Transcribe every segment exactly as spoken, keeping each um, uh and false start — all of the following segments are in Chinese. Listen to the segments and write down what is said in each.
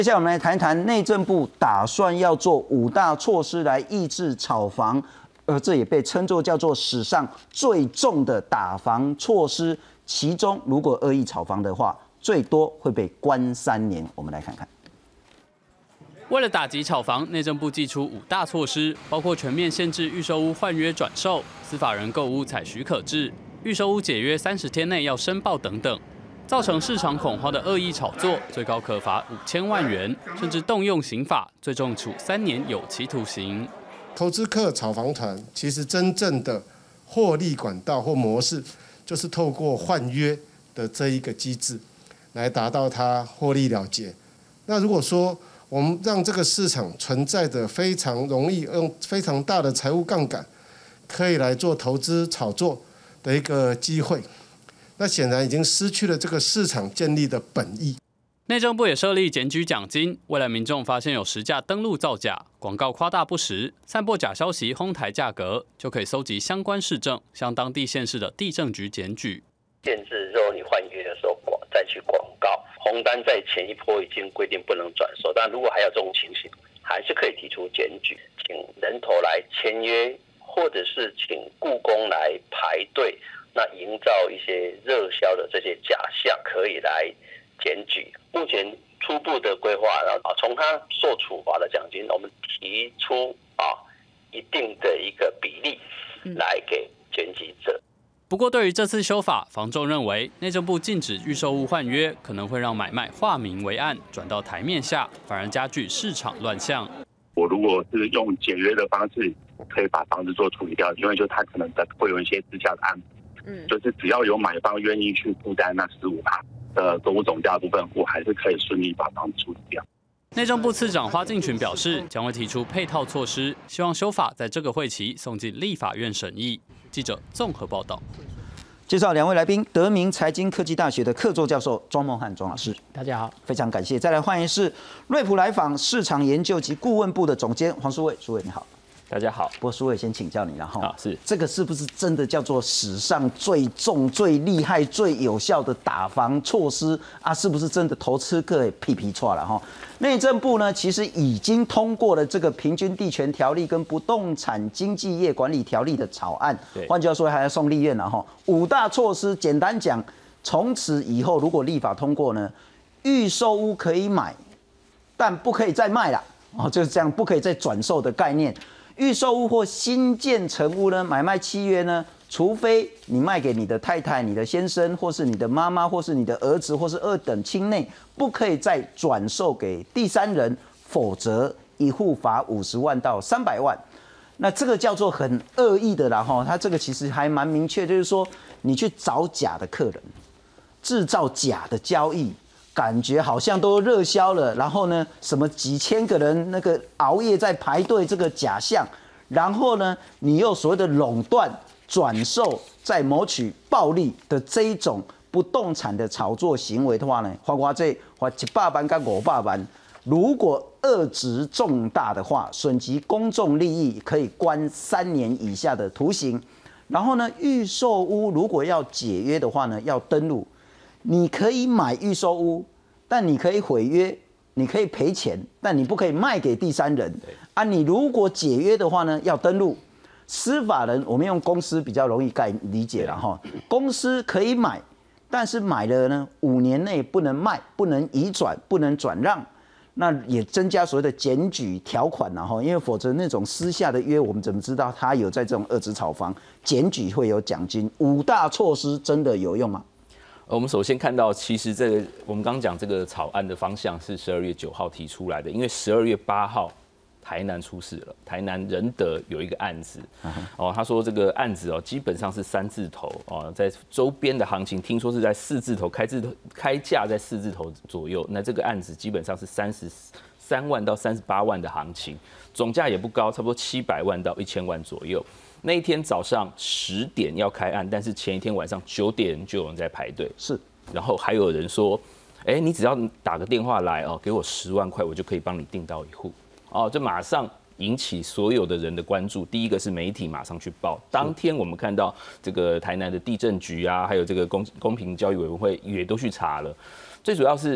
接下来我们来谈谈内政部打算要做五大措施来抑制炒房，而这也被称作叫做史上最重的打房措施。其中，如果恶意炒房的话，最多会被关三年。我们来看看。 为了打击炒房，内政部祭出五大措施，包括全面限制预售屋换约转售、司法人购屋采许可制、预售屋解约三十天内要申报等等。造成市场恐慌的恶意炒作，最高可罚五千万元，甚至动用刑法，最重处三年有期徒刑。 投资客炒房团其实真正的获利管道或模式，就是透过换约的这一个机制，来达到它获利了结。那如果说我们让这个市场存在着非常容易用非常大的财务杠杆，可以来做投资炒作的一个机会。那显然已经失去了这个市场建立的本意。 内政部也设立检举奖金，未来民众发现有实价登录造假、广告夸大不实、散播假消息哄抬价格，就可以搜集相关事证，向当地县市的地政局检举。 限制，如果你换约的时候广再去广告，红单在前一波已经规定不能转售，但如果还有这种情形，还是可以提出检举，请人头来签约，或者是请雇工来排队。那营造一些热销的这些假象，可以来检举。目前初步的规划，啊，从他受处罚的奖金，我们提出啊一定的一个比例来给检举者。 不过，对于这次修法，房仲认为内政部禁止预售屋换约，可能会让买卖化名为案，转到台面下，反而加剧市场乱象。 我如果是用解约的方式，可以把房子做处理掉，因为就他可能会有一些私下的案。嗯，就是只要有买方愿意去负担那十五趴的购物总价部分，我还是可以顺利把房子处理掉。 内政部次长花敬群表示，将会提出配套措施，希望修法在这个会期送进立法院审议。记者综合报道。 介绍两位来宾，德明财经科技大学的客座教授庄孟汉庄老师， 大家好， 非常感谢。再来欢迎是瑞普来访市场研究及顾问部的总监黄书卫，书卫你好。 大家好， 不过书卫先请教你了哈， 是这个是不是真的叫做史上最重、最厉害、最有效的打房措施啊？是不是真的投资客也屁屁错了哈？内政部呢，其实已经通过了这个平均地权条例跟不动产经纪业管理条例的草案，换句话说还要送立院了哈。五大措施，简单讲，从此以后如果立法通过呢，预售屋可以买，但不可以再卖了哦，就是这样，不可以再转售的概念。预售屋或新建成屋呢，买卖契约呢，除非你卖给你的太太、你的先生，或是你的妈妈，或是你的儿子，或是二等亲内，不可以再转售给第三人，否则一户罚五十万到三百万。那这个叫做很恶意的啦哈，它这个其实还蛮明确，就是说你去找假的客人，制造假的交易。感觉好像都热销了，然后呢，什么几千个人那个熬夜在排队这个假象，然后呢，你又所谓的垄断、转售，再谋取暴利的这一种不动产的炒作行为的话呢，花花这花一百万跟五百万，如果恶质重大的话，损及公众利益，可以关三年以下的徒刑。然后呢，预售屋如果要解约的话呢，要登录。你可以买预售屋，但你可以毁约，你可以赔钱，但你不可以卖给第三人啊。你如果解约的话呢，要登录。司法人我们用公司比较容易概理解了哈。公司可以买，但是买了呢，五年内不能卖，不能移转，不能转让。那也增加所谓的检举条款然后，因为否则那种私下的约，我们怎么知道他有在这种恶质炒房？检举会有奖金。五大措施真的有用吗？ 我们首先看到，其实这个我们刚刚讲这个草案的方向是十二月九号提出来的，因为十二月八号台南出事了，台南仁德有一个案子，哦，他说这个案子哦基本上是三字头哦，在周边的行情听说是在四字头，开字头开价在四字头左右，那这个案子基本上是三十三万到三十八万的行情，总价也不高，差不多七百万到一千万左右。那一天早上十点要开案，但是前一天晚上九点就有人在排队， 是， 然后还有人说，哎、欸，你只要打个电话来哦，给我十万块，我就可以帮你订到一户，哦，就马上引起所有的人的关注。第一个是媒体马上去报，当天我们看到这个台南的地政局啊，还有这个公公平交易委员会也都去查了，最主要是。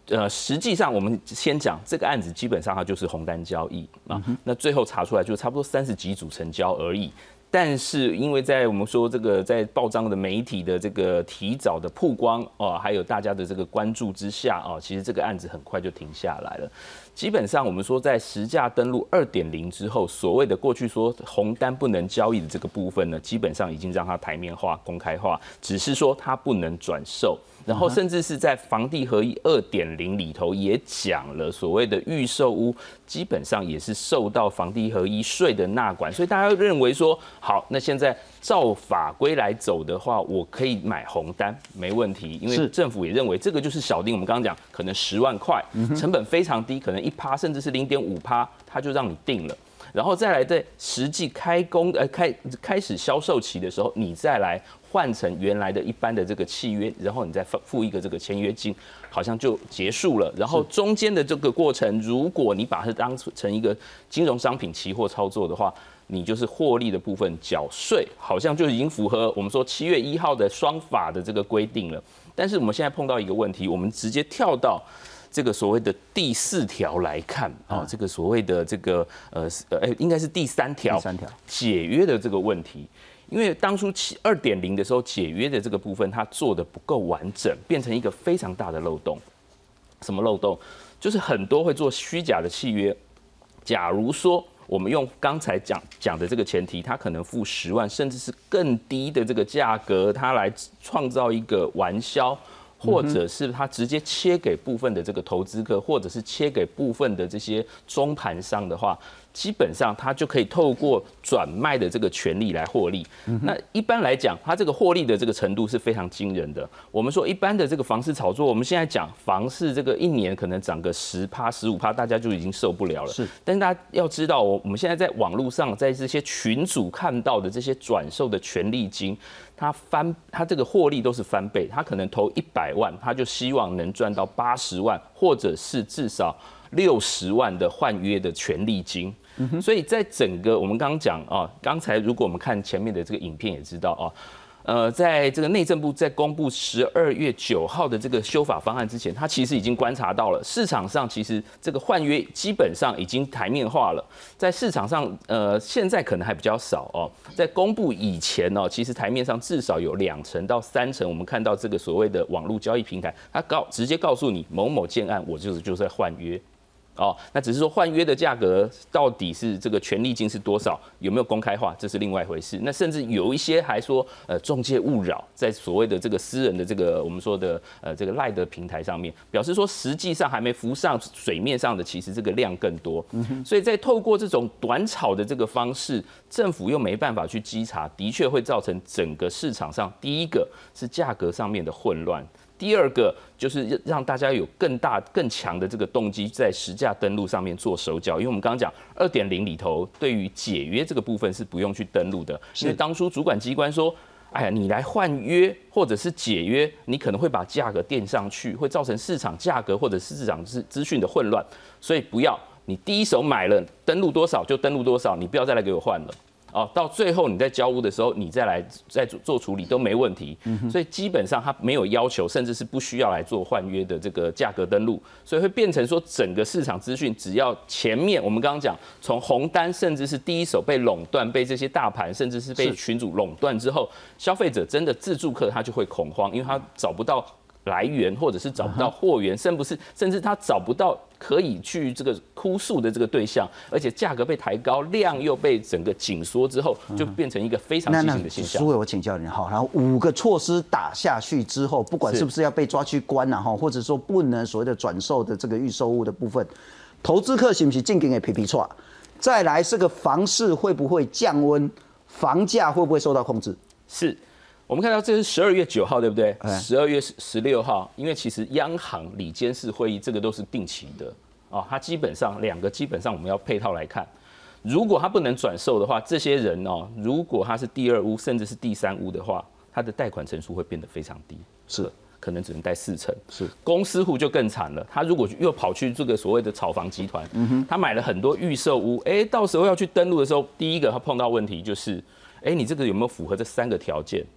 呃，实际上我们先讲这个案子，基本上它就是红单交易啊。那最后查出来就差不多三十几组成交而已。但是因为在我们说这个在报章的媒体的这个提早的曝光哦，还有大家的这个关注之下哦，其实这个案子很快就停下来了。基本上我们说在实价登录 二点零 之后，所谓的过去说红单不能交易的这个部分呢，基本上已经让它台面化、公开化，只是说它不能转售。然后甚至是在房地合一 二点零 里头也讲了，所谓的预售屋基本上也是受到房地合一税的纳管，所以大家认为说，好，那现在照法规来走的话，我可以买红单没问题，因为政府也认为这个就是小丁，我们刚刚讲可能十万块，成本非常低，可能一趴甚至是零点五趴，它就让你定了。然后再来在实际开工呃开开始销售期的时候，你再来换成原来的一般的这个契约，然后你再付一个这个签约金，好像就结束了。然后中间的这个过程，如果你把它当成一个金融商品期货操作的话，你就是获利的部分缴税，好像就已经符合我们说七月一号的双法的这个规定了。但是我们现在碰到一个问题，我们直接跳到这个所谓的第四条来看啊，这个所谓的这个呃呃，应该是第三条，第三条解约的这个问题。因为当初二点零的时候，解约的这个部分它做的不够完整，变成一个非常大的漏洞。什么漏洞？就是很多会做虚假的契约。假如说我们用刚才讲讲的这个前提，他可能付十万，甚至是更低的这个价格，他来创造一个完销。或者是他直接切给部分的这个投资客，或者是切给部分的这些中盘商的话，基本上他就可以透过转卖的这个权利来获利。那一般来讲，他这个获利的这个程度是非常惊人的。我们说一般的这个房市炒作，我们现在讲房市这个一年可能涨个十趴、十五趴，大家就已经受不了了。是，但是大家要知道，我我们现在在网络上，在这些群组看到的这些转售的权利金。他翻，他这个获利都是翻倍，他可能投一百万，他就希望能赚到八十万，或者是至少六十万的换约的权利金。嗯、所以在整个我们刚刚讲啊，刚才如果我们看前面的这个影片也知道啊。呃，在这个内政部在公布十二月九号的这个修法方案之前，他其实已经观察到了市场上其实这个换约基本上已经台面化了，在市场上呃现在可能还比较少哦，在公布以前哦，其实台面上至少有两成到三成，我们看到这个所谓的网络交易平台，它告直接告诉你某某建案，我就是就是在换约。哦，那只是说换约的价格到底是这个权利金是多少，有没有公开化，这是另外一回事。那甚至有一些还说，呃，中介勿扰，在所谓的这个私人的这个我们说的呃这个赖的平台上面，表示说实际上还没浮上水面上的，其实这个量更多。嗯、所以在透过这种短炒的这个方式，政府又没办法去稽查，的确会造成整个市场上，第一个是价格上面的混乱。第二个就是让大家有更大、更强的这个动机，在实价登录上面做手脚，因为我们刚刚讲 二点零 里头对于解约这个部分是不用去登录的，因为当初主管机关说，哎呀，你来换约或者是解约，你可能会把价格垫上去，会造成市场价格或者是市场资资讯的混乱，所以不要你第一手买了登录多少就登录多少，你不要再来给我换了。哦，到最后你在交屋的时候，你再来再做做处理都没问题，所以基本上它没有要求，甚至是不需要来做换约的这个价格登录，所以会变成说整个市场资讯，只要前面我们刚刚讲，从红单甚至是第一手被垄断，被这些大盘甚至是被群组垄断之后，消费者真的自住客他就会恐慌，因为他找不到来源，或者是找不到货源，甚不是甚至他找不到可以去这个哭诉的这个对象，而且价格被抬高，量又被整个紧缩之后，就变成一个非常畸形的现象。 苏伟，我请教你哈，然后五个措施打下去之后，不管是不是要被抓去关啊哈，或者说不能所谓的转售的这个预售屋的部分，投资客是不是进行给皮皮错？再来，这个房市会不会降温？房价会不会受到控制？ 是。我们看到这是十二月九号，对不对？十二月十六号，因为其实央行理监事会议这个都是定期的哦，它基本上两个基本上我们要配套来看。如果它不能转售的话，这些人哦，如果他是第二屋甚至是第三屋的话，他的贷款成数会变得非常低，是可能只能贷四成。是公司户就更惨了，他如果又跑去这个所谓的炒房集团，嗯、他买了很多预售屋，哎，到时候要去登录的时候，第一个他碰到问题就是，哎，你这个有没有符合这三个条件？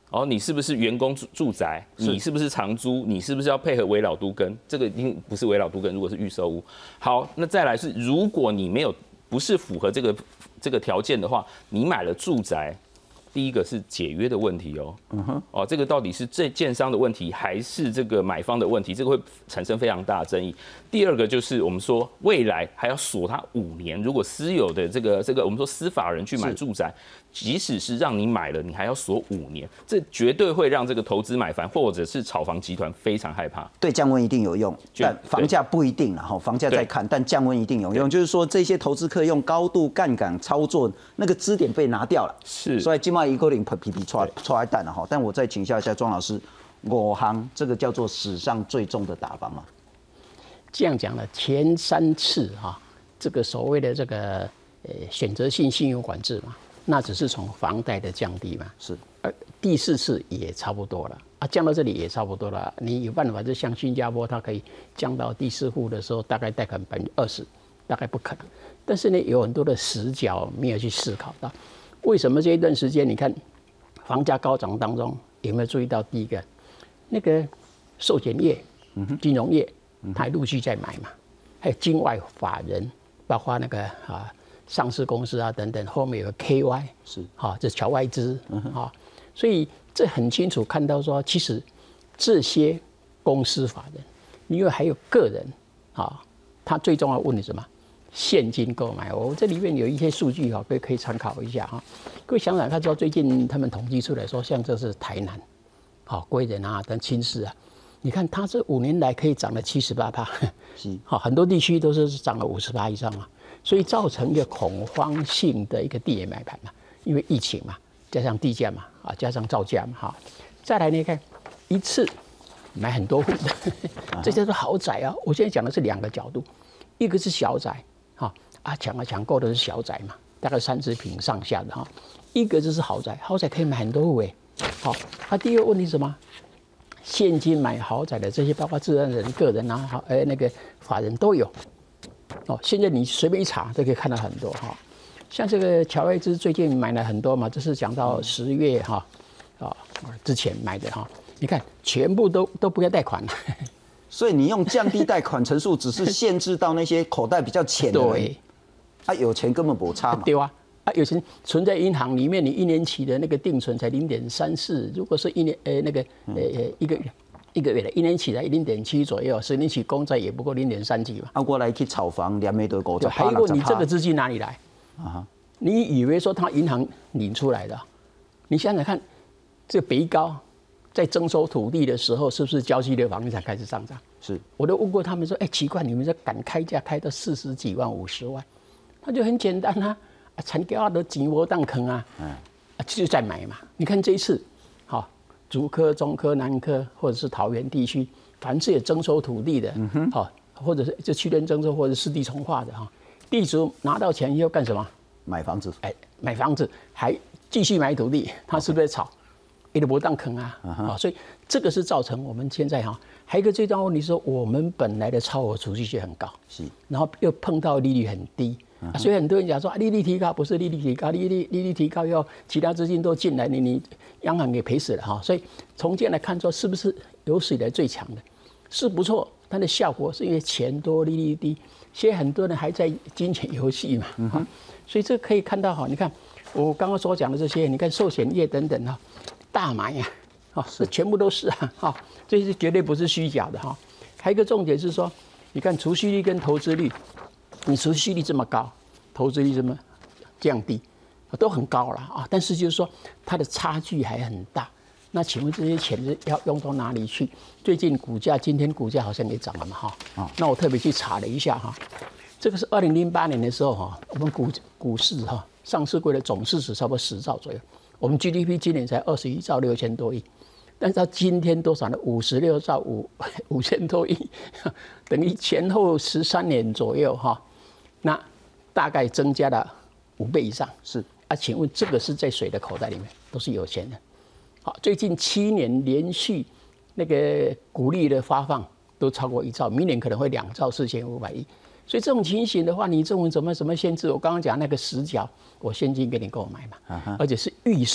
哦，你是不是员工住住宅？你是不是长租？你是不是要配合危老都更？这个一定不是危老都更，如果是预售屋。好，那再来是，如果你没有不是符合这个这个条件的话，你买了住宅。第一个是解约的问题哦，嗯哼，哦，这个到底是这建商的问题还是这个买方的问题？这个会产生非常大的争议。第二个就是我们说未来还要锁它五年，如果私有的这个这个我们说私法人去买住宅，即使是让你买了，你还要锁五年，这绝对会让这个投资买房或者是炒房集团非常害怕。 对降温一定有用，但房价不一定啦，哈，房价再看，但降温一定有用。就是说这些投资客用高度杠杆操作，那个支点被拿掉了， 是， 所以今麦一个零皮皮抓抓一蛋了哈。但我再请教一下庄老师，五行这个叫做史上最重的打房嘛？ 这样讲了，前三次哈，这个所谓的这个呃选择性信用管制嘛，那只是从房贷的降低嘛， 是， 而第四次也差不多了啊，降到这里也差不多了。你有办法就像新加坡，它可以降到第四户的时候，大概贷款百分之二十，大概不可能。但是呢，有很多的死角没有去思考到，为什么这一段时间你看房价高涨当中，有没有注意到第一个那个寿险业、金融业，它还陆续在买嘛，还有境外法人，包括那个啊。上市公司啊等等，后面有个 K Y 是， 好，这是侨外资啊，所以这很清楚看到说，其实这些公司法人，因为还有个人啊，他最重要问的是什么？现金购买。我这里面有一些数据哈，各位可以参考一下哈。各位想想看，知道最近他们统计出来说，像这是台南，好归仁啊等新市啊，你看它这五年来可以涨了七十八趴，好，很多地区都是涨了五十趴以上啊。所以造成一个恐慌性的一个地野买盘嘛，因为疫情嘛，加上地价嘛，啊，加上造价嘛，哈。再来呢，看一次买很多户的，这叫做豪宅啊。我现在讲的是两个角度，一个是小宅，哈啊抢啊抢购的是小宅嘛，大概三十平上下的哈；一个就是豪宅，豪宅可以买很多户诶。好，啊，第二个问题是什么？现金买豪宅的这些，包括自然人、个人啊，好，哎，那个法人都有。哦，现在你随便一查都可以看到很多哈，像这个侨外资最近买了很多嘛，这是讲到十月哈啊之前买的哈，你看全部都都不要贷款了， 所以你用降低贷款成数，只是限制到那些口袋比较浅的人， 对， 啊有钱根本不差嘛， 对啊，啊有钱存在银行里面，你一年期的那个定存才零点三四，如果是一年呃那个呃呃一个月。一个月的，一年起来零点七左右，十年期公债也不过零点三几嘛。 啊，过来去炒房，两枚都五十趴， 还有你这个资金哪里来？ 啊， 你以为说他银行领出来的？你想想看，这北高在征收土地的时候，是不是郊区的房地产开始上涨？ 是， 我都问过他们说，哎、欸，奇怪，你们这敢开价开到四十几万、五十万，那就很简单啊，啊，产家的钱窝当坑啊，嗯，啊，就在买嘛。你看这一次，好。竹科、中科、南科，或者是桃园地区，凡是有征收土地的，嗯好，或者是就区间征收或者是市地重划的哈，地主拿到钱以后干什么？ 买房子， 哎，买房子还继续买土地，他是不是在炒？一直不当坑啊，啊，所以这个是造成我们现在哈，还有一个最重要问题是说，我们本来的超额储蓄率很高， 是， 然后又碰到利率很低。啊、所以很多人讲说、啊、利率提高不是利率提高，利率利率提高要其他资金都进来，你你央行给赔死了哈。所以从这样来看说，是不是有史以来最强的？是不错，它的效果是因为钱多利率低。现在很多人还在金钱游戏嘛，嗯、所以这可以看到哈。你看我刚刚所讲的这些，你看寿险业等等哈，大买呀，啊，这全部都是啊，哈，这些绝对不是虚假的哈。还有一个重点是说，你看储蓄率跟投资率。你储蓄率这么高，投资率这么降低，都很高了啊。但是就是说，它的差距还很大。那请问这些钱是要用到哪里去？最近股价，今天股价好像也涨了嘛哈。哦、那我特别去查了一下哈，这个是二零零八年的时候哈，我们股股市哈上市柜的总市值差不多十兆左右，我们 G D P 今年才二十一兆六千多亿。但是到今天多少呢？五十六兆五五千多亿，等于前后十三年左右哈。那大概增加了五倍以上， 是啊，请问这个是在谁的口袋里面？都是有钱人。好，最近七年连续那个股利的发放都超过一兆，明年可能会两兆四千五百亿。所以这种情形的话，你政府怎么怎么限制？我刚刚讲那个死角，我现金给你购买嘛，而且是预售，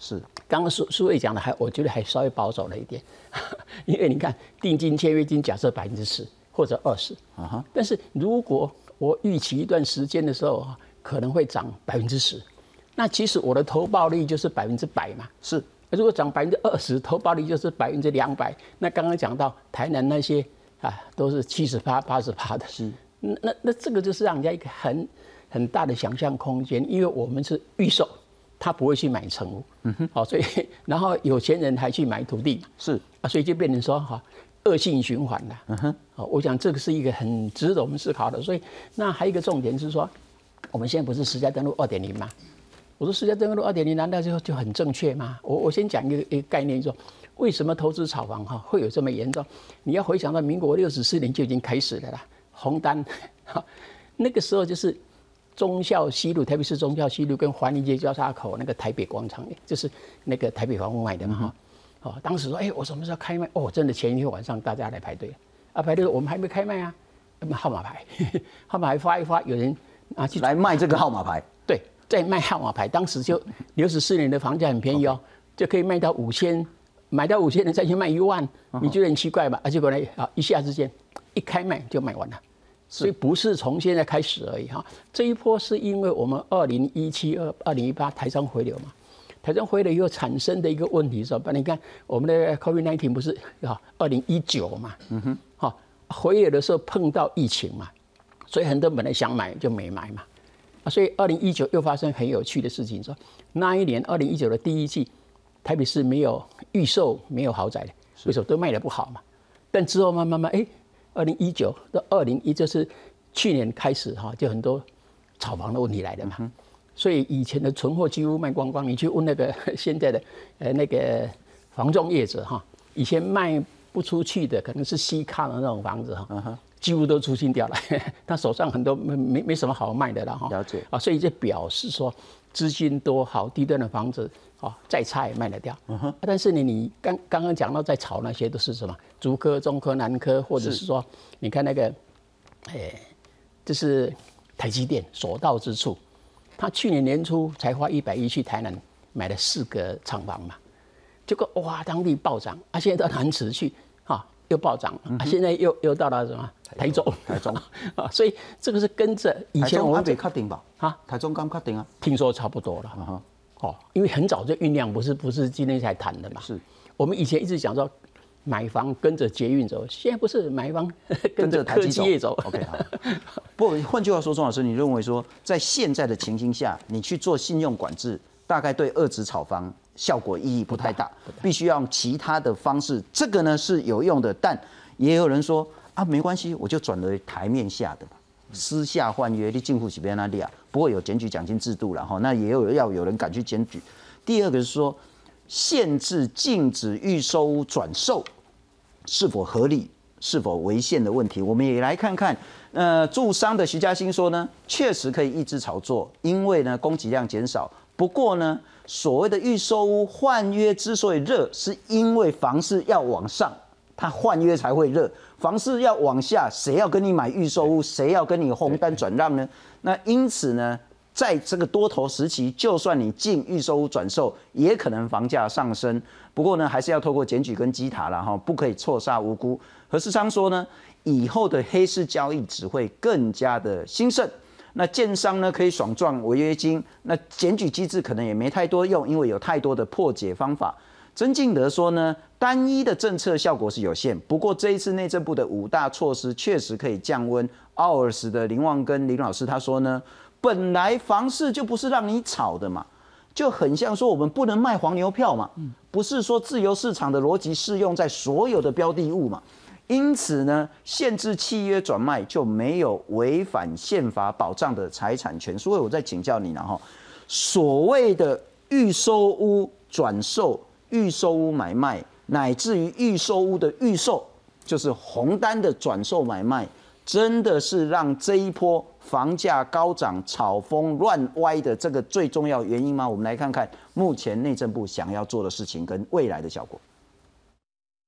是， 刚刚苏苏卫讲的还，我觉得还稍微保守了一点，因为你看定金、签约金假设百分之十或者二十，啊但是如果我预期一段时间的时候可能会涨百分之十，那其实我的投报率就是百分之百嘛。 是， 如果涨百分之二十，投报率就是百分之两百。那刚刚讲到台南那些啊，都是七十趴、八十趴的，是，那那那这个就是让人家一个很很大的想象空间，因为我们是预售。他不会去买成屋，嗯哼，好，所以然后有钱人还去买土地， 是啊，所以就变成说哈恶性循环了，嗯哼，好，我想这个是一个很值得我们思考的。所以那还有一个重点是说，我们现在不是实价登录二点零吗？我说实价登录二点零难道就就很正确吗？我我先讲一个一个概念，说为什么投资炒房哈会有这么严重？你要回想到民国六十四年就已经开始了啦，红单，哈，那个时候就是。忠孝西路，特别是忠孝西路跟环林街交叉口那个台北广场，就是那个台北房屋买的嘛哈。哦，当时说，哎、欸，我什么时候开卖？哦，真的前一天晚上大家来排队啊，排队我们还没开卖啊，号码牌，号码牌发一发，有人拿去来卖这个号码牌。 对，在卖号码牌，当时就六十四年的房价很便宜哦， okay. 就可以卖到五千，买到五千人再去卖一万，你觉得很奇怪吧？啊，结果呢，啊，一下之间一开卖就卖完了。所以不是从现在开始而已哈，这一波是因为我们二零一七、二二零一八台商回流嘛，台商回流以后产生的一个问题是吧？你看我们的 COVID 十九 不是啊，二零一九嘛，嗯哼，好回流的时候碰到疫情嘛，所以很多人本来想买就没买嘛，啊，所以二零一九又发生很有趣的事情，说那一年二零一九的第一季，台北市没有预售，没有豪宅的，为什么都卖得不好嘛？但之后慢慢慢哎。二零一九到二零一就是去年开始哈，就很多炒房的问题来的嘛，嗯、所以以前的存货几乎卖光光。你去问那个现在的呃那个房仲业者哈，以前卖不出去的可能是西卡的那种房子哈，嗯、几乎都出清掉了。他手上很多没没没什么好卖的了哈。 了解啊， 所以这表示说资金多好低端的房子。哦，再差也卖得掉，嗯哼。但是呢，你刚刚刚讲到在炒那些都是什么？竹科、中科、南科，或者是说，你看那个，哎、欸，这是台积电所到之处。他去年年初才花一百亿去台南买了四个厂房嘛，结果哇，当地暴涨，啊，现在到南池去，啊，又暴涨，嗯、啊，现在又又到了什么？台中， 台中啊，所以这个是跟着以前我们没确定吧？啊，台中刚确定啊， 听说差不多了。嗯哦，因为很早就酝酿，不是不是今天才谈的嘛。 是， 我们以前一直讲说，买房跟着捷运走，现在不是买房跟着科技业走。 OK 好。不，换句话说，钟老师，你认为说，在现在的情形下，你去做信用管制，大概对遏制炒房效果意义不太大，必须要用其他的方式。这个呢是有用的，但也有人说啊，没关系，我就转为台面下的吧。私下换约，你政府是边那里啊？不过有检举奖金制度了哈，那也有要有人敢去检举。第二个是说，限制禁止预售屋转售是否合理、是否违宪的问题，我们也来看看。呃，住商的徐嘉欣说呢，确实可以抑制炒作，因为呢供给量减少。不过呢，所谓的预售屋换约之所以热，是因为房市要往上。它换约才会热，房市要往下，谁要跟你买预售屋？谁要跟你红单转让呢？那因此呢，在这个多头时期，就算你进预售屋转售，也可能房价上升。不过呢，还是要透过检举跟稽查啦，哈，不可以错杀无辜。何世昌说呢，以后的黑市交易只会更加的兴盛。那建商呢可以爽赚违约金，那检举机制可能也没太多用，因为有太多的破解方法。曾敬德说呢，单一的政策效果是有限，不过这一次内政部的五大措施确实可以降温。奥尔斯的林旺跟林老师他说呢，本来房市就不是让你炒的嘛，就很像说我们不能卖黄牛票嘛，不是说自由市场的逻辑适用在所有的标的物嘛。因此呢，限制契约转卖就没有违反宪法保障的财产权。所以我再请教你了哈，所谓的预售屋转售、预售屋买卖，乃至于预售屋的预售，就是红单的转售买卖，真的是让这一波房价高涨、炒风乱歪的这个最重要原因吗？我们来看看目前内政部想要做的事情跟未来的效果。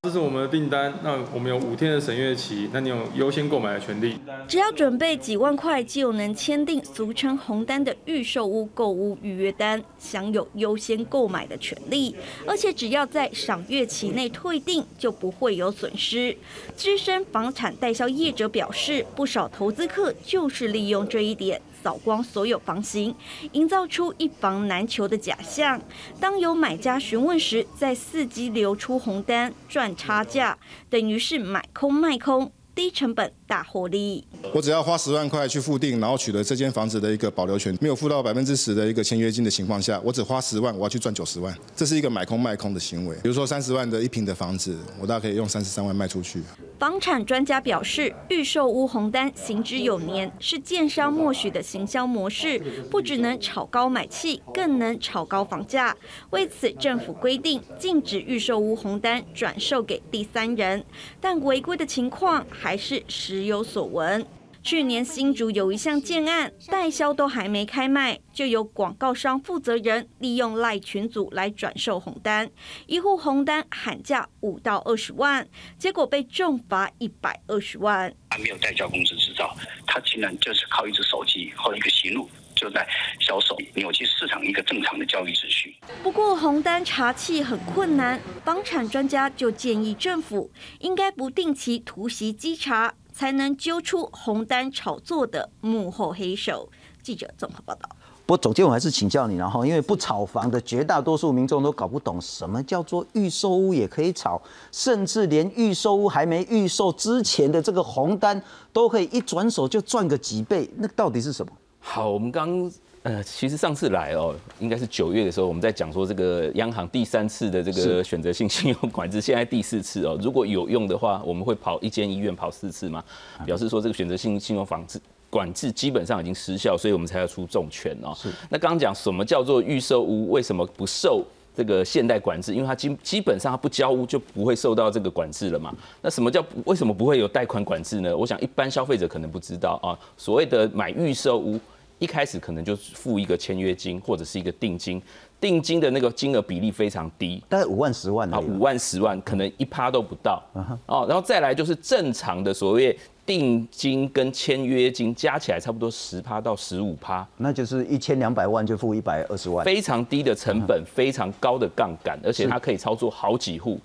这是我们的订单，那我们有五天的审阅期，那你有优先购买的权利。 只要准备几万块，就能签订俗称红单的预售屋购屋预约单，享有优先购买的权利。而且只要在赏月期内退订，就不会有损失。资深房产代销业者表示，不少投资客就是利用这一点，扫光所有房型，营造出一房难求的假象。当有买家询问时，在伺机流出红单赚差价，等于是买空卖空，低成本大获利。 我只要花十万块去付定，然后取得这间房子的一个保留权，没有付到百分之十的一个签约金的情况下，我只花十万，我要去赚九十万，这是一个买空卖空的行为。比如说三十万的一坪的房子，我大概可以用三十三万卖出去。 房产专家表示，预售屋红单行之有年，是建商默许的行销模式，不只能炒高买气，更能炒高房价。为此，政府规定禁止预售屋红单转售给第三人，但违规的情况还是时有所闻。去年新竹有一项建案，代销都还没开卖，就有广告商负责人利用赖群组来转售红单，一户红单喊价五到二十万，结果被重罚一百二十万。 他没有代销公司执照，他竟然就是靠一只手机或一个行路就在销售，扭曲市场一个正常的交易秩序。 不过红单查气很困难，房产专家就建议政府应该不定期突袭稽查，才能揪出红单炒作的幕后黑手。记者综合报道。 不过总监，我还是请教你，然后因为不炒房的绝大多数民众都搞不懂什么叫做预售屋也可以炒，甚至连预售屋还没预售之前的这个红单都可以一转手就赚个几倍，那到底是什么？ 好，我们刚呃，其实上次来哦，应该是九月的时候，我们在讲说这个央行第三次的这个选择性信用管制，现在第四次哦，如果有用的话，我们会跑一间医院跑四次嘛，表示说这个选择性信用防治。管制基本上已经失效，所以我们才要出重拳哦。是。那刚刚讲什么叫做预售屋，为什么不受这个现代管制？因为它基基本上它不交屋就不会受到这个管制了嘛。那什么叫为什么不会有贷款管制呢？我想一般消费者可能不知道啊。所谓的买预售屋，一开始可能就付一个签约金或者是一个定金，定金的那个金额比例非常低， 大概五万十万啊，五万十万可能一趴都不到哦。然后再来就是正常的所谓定金跟签约金加起来差不多十趴到十五趴， 那就是一千两百万就付一百二十万， 非常低的成本，非常高的杠杆，而且它可以操作好几户。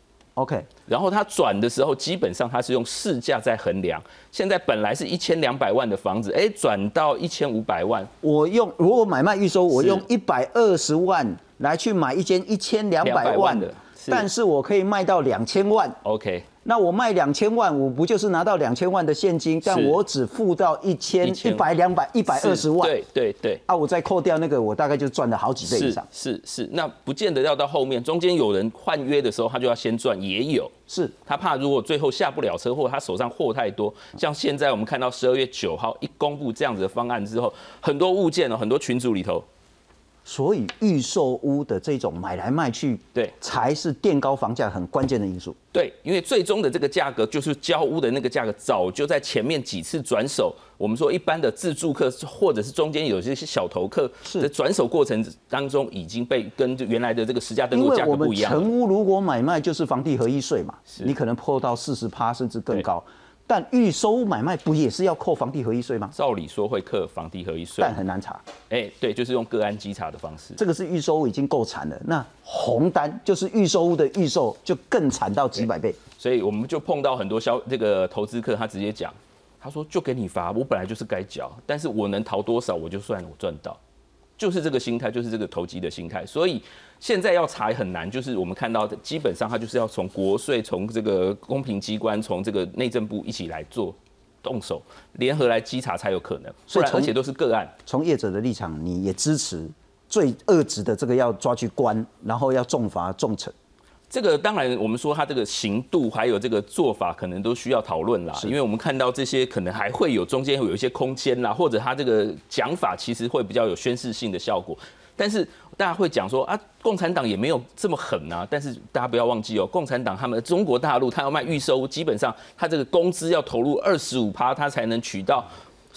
OK， 然后它转的时候，基本上它是用市价在衡量。现在本来是一千两百万的房子，哎，转到一千五百万。 我用如果买卖预售，我用一百二十万来去买一间一千两百万的，但是我可以卖到两千万。 OK。 那我卖两千万，我不就是拿到两千万的现金？但我只付到一千、一百、两百、一百二十万。 对对对。 啊，我再扣掉那个，我大概就赚了好几倍以上。 是是是，那不见得要到后面，中间有人换约的时候，他就要先赚，也有。 是他怕如果最后下不了车，或者他手上货太多，像现在我们看到十二月九号一公布这样子的方案之后，很多物件哦，很多群组里头。 所以预售屋的这种买来卖去， 对， 才是垫高房价很关键的因素。 对，因为最终的这个价格就是交屋的那个价格，早就在前面几次转手。我们说一般的自住客，或者是中间有些小头客的转手过程当中，已经被跟原来的这个实价登录价格不一样。 因为我们成屋如果买卖就是房地合一税嘛，你可能破到四十趴甚至更高。但预售屋买卖不也是要扣房地合一税吗？ 照理说会扣房地合一税， 但很难查。 哎、欸，对，就是用个案稽查的方式。 这个是预售屋已经够惨了，那红单就是预售屋的预售就更惨到几百倍。 所以我们就碰到很多消这个投资客，他直接讲，他说就给你罚，我本来就是该缴，但是我能逃多少我就算我赚到。就是这个心态，就是这个投机的心态，所以现在要查很难。就是我们看到的，基本上它就是要从国税、从这个公平机关、从这个内政部一起来做动手，联合来稽查才有可能。所以而且都是个案。 从业者的立场，你也支持最恶质的这个要抓去关，然后要重罚重惩。 这个当然，我们说它这个刑度还有这个做法，可能都需要讨论啦。因为我们看到这些可能还会有中间会有一些空间啦，或者它这个讲法其实会比较有宣示性的效果。但是大家会讲说啊，共产党也没有这么狠啊。但是大家不要忘记哦，共产党他们中国大陆他要卖预售，基本上他这个工资要投入二十五趴，他才能取到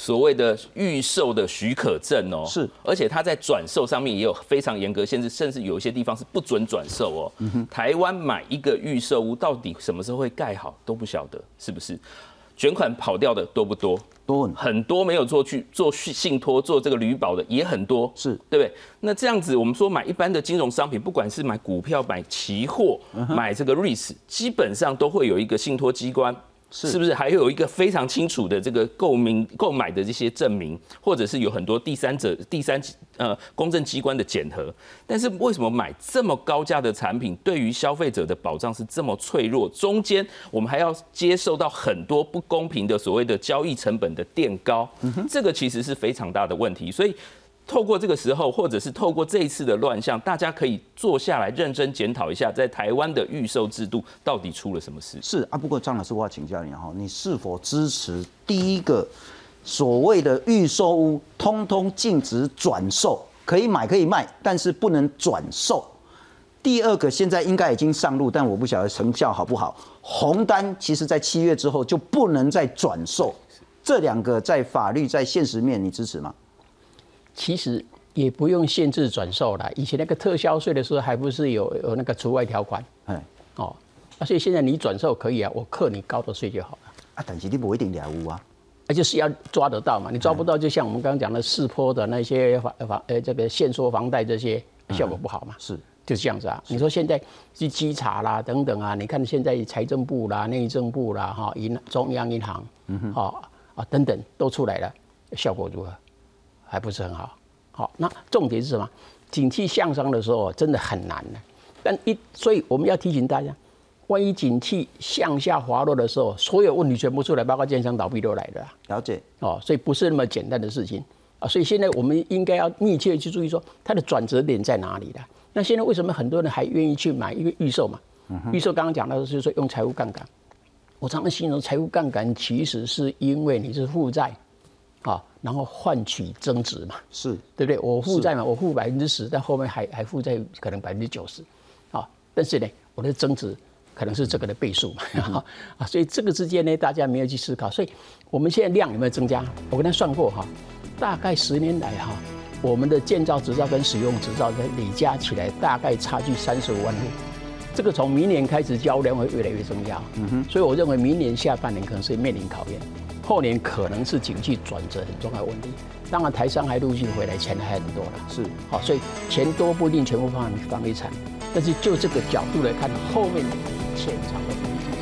所谓的预售的许可证哦， 是， 而且它在转售上面也有非常严格限制，甚至有一些地方是不准转售哦。嗯、台湾买一个预售屋，到底什么时候会盖好都不晓得，是不是？卷款跑掉的多不多？ 多很多，没有做去做信托、做这个履保的也很多， 是对不对？那这样子，我们说买一般的金融商品，不管是买股票、买期货、嗯、买这个 R E I S， 基本上都会有一个信托机关。是, 是不是还有一个非常清楚的这个购明购买的这些证明，或者是有很多第三者、第三呃公证机关的检核？但是为什么买这么高价的产品，对于消费者的保障是这么脆弱？中间我们还要接受到很多不公平的所谓的交易成本的垫高，嗯、这个其实是非常大的问题。所以透过这个时候，或者是透过这一次的乱象，大家可以坐下来认真检讨一下，在台湾的预售制度到底出了什么事？ 是啊，不过张老师，我要请教你哈，你是否支持第一个所谓的预售屋通通禁止转售，可以买可以卖，但是不能转售？第二个现在应该已经上路，但我不晓得成效好不好。红单其实在七月之后就不能再转售，这两个在法律在现实面你支持吗？ 其实也不用限制转售啦，以前那个特销税的时候，还不是有有那个除外条款？哎，哦，啊，所以现在你转售可以啊，我课你高的税就好了。 啊，但是你不一定了无啊， 啊，就是要抓得到嘛，你抓不到，就像我们刚刚讲的四波的那些房房呃这个限缩房贷这些效果不好嘛， 是就是这样子啊。你说现在去稽查啦等等啊，你看现在财政部啦、内政部啦、哈银中央银行，嗯哼，啊啊等等都出来了，效果如何？还不是很好，好，那重点是什么？景气向上的时候真的很难的，但一所以我们要提醒大家，万一景气向下滑落的时候，所有问题全部出来，包括建商倒闭都来了。 了解哦，所以不是那么简单的事情啊。所以现在我们应该要密切去注意说它的转折点在哪里了。那现在为什么很多人还愿意去买？因为预售嘛，嗯、预售刚刚讲到的就是说用财务杠杆。我常常形容财务杠杆其实是因为你是负债。啊，然后换取增值嘛， 是对不对？我负债嘛，我负百分之十，但后面还还负债可能百分之九十，啊，但是呢，我的增值可能是这个的倍数嘛，嗯、啊，所以这个之间呢，大家没有去思考，所以我们现在量有没有增加？我跟他算过哈，大概十年来哈，我们的建造执照跟使用执照的累加起来，大概差距三十五万户。这个从明年开始交量会越来越增加，嗯哼，所以我认为明年下半年可能是面临考验。后年可能是景气转折很重要的问题，当然台商还陆续回来，钱还很多了， 是好，所以钱多不一定全部放房地产，但是就这个角度来看，后面潜藏的。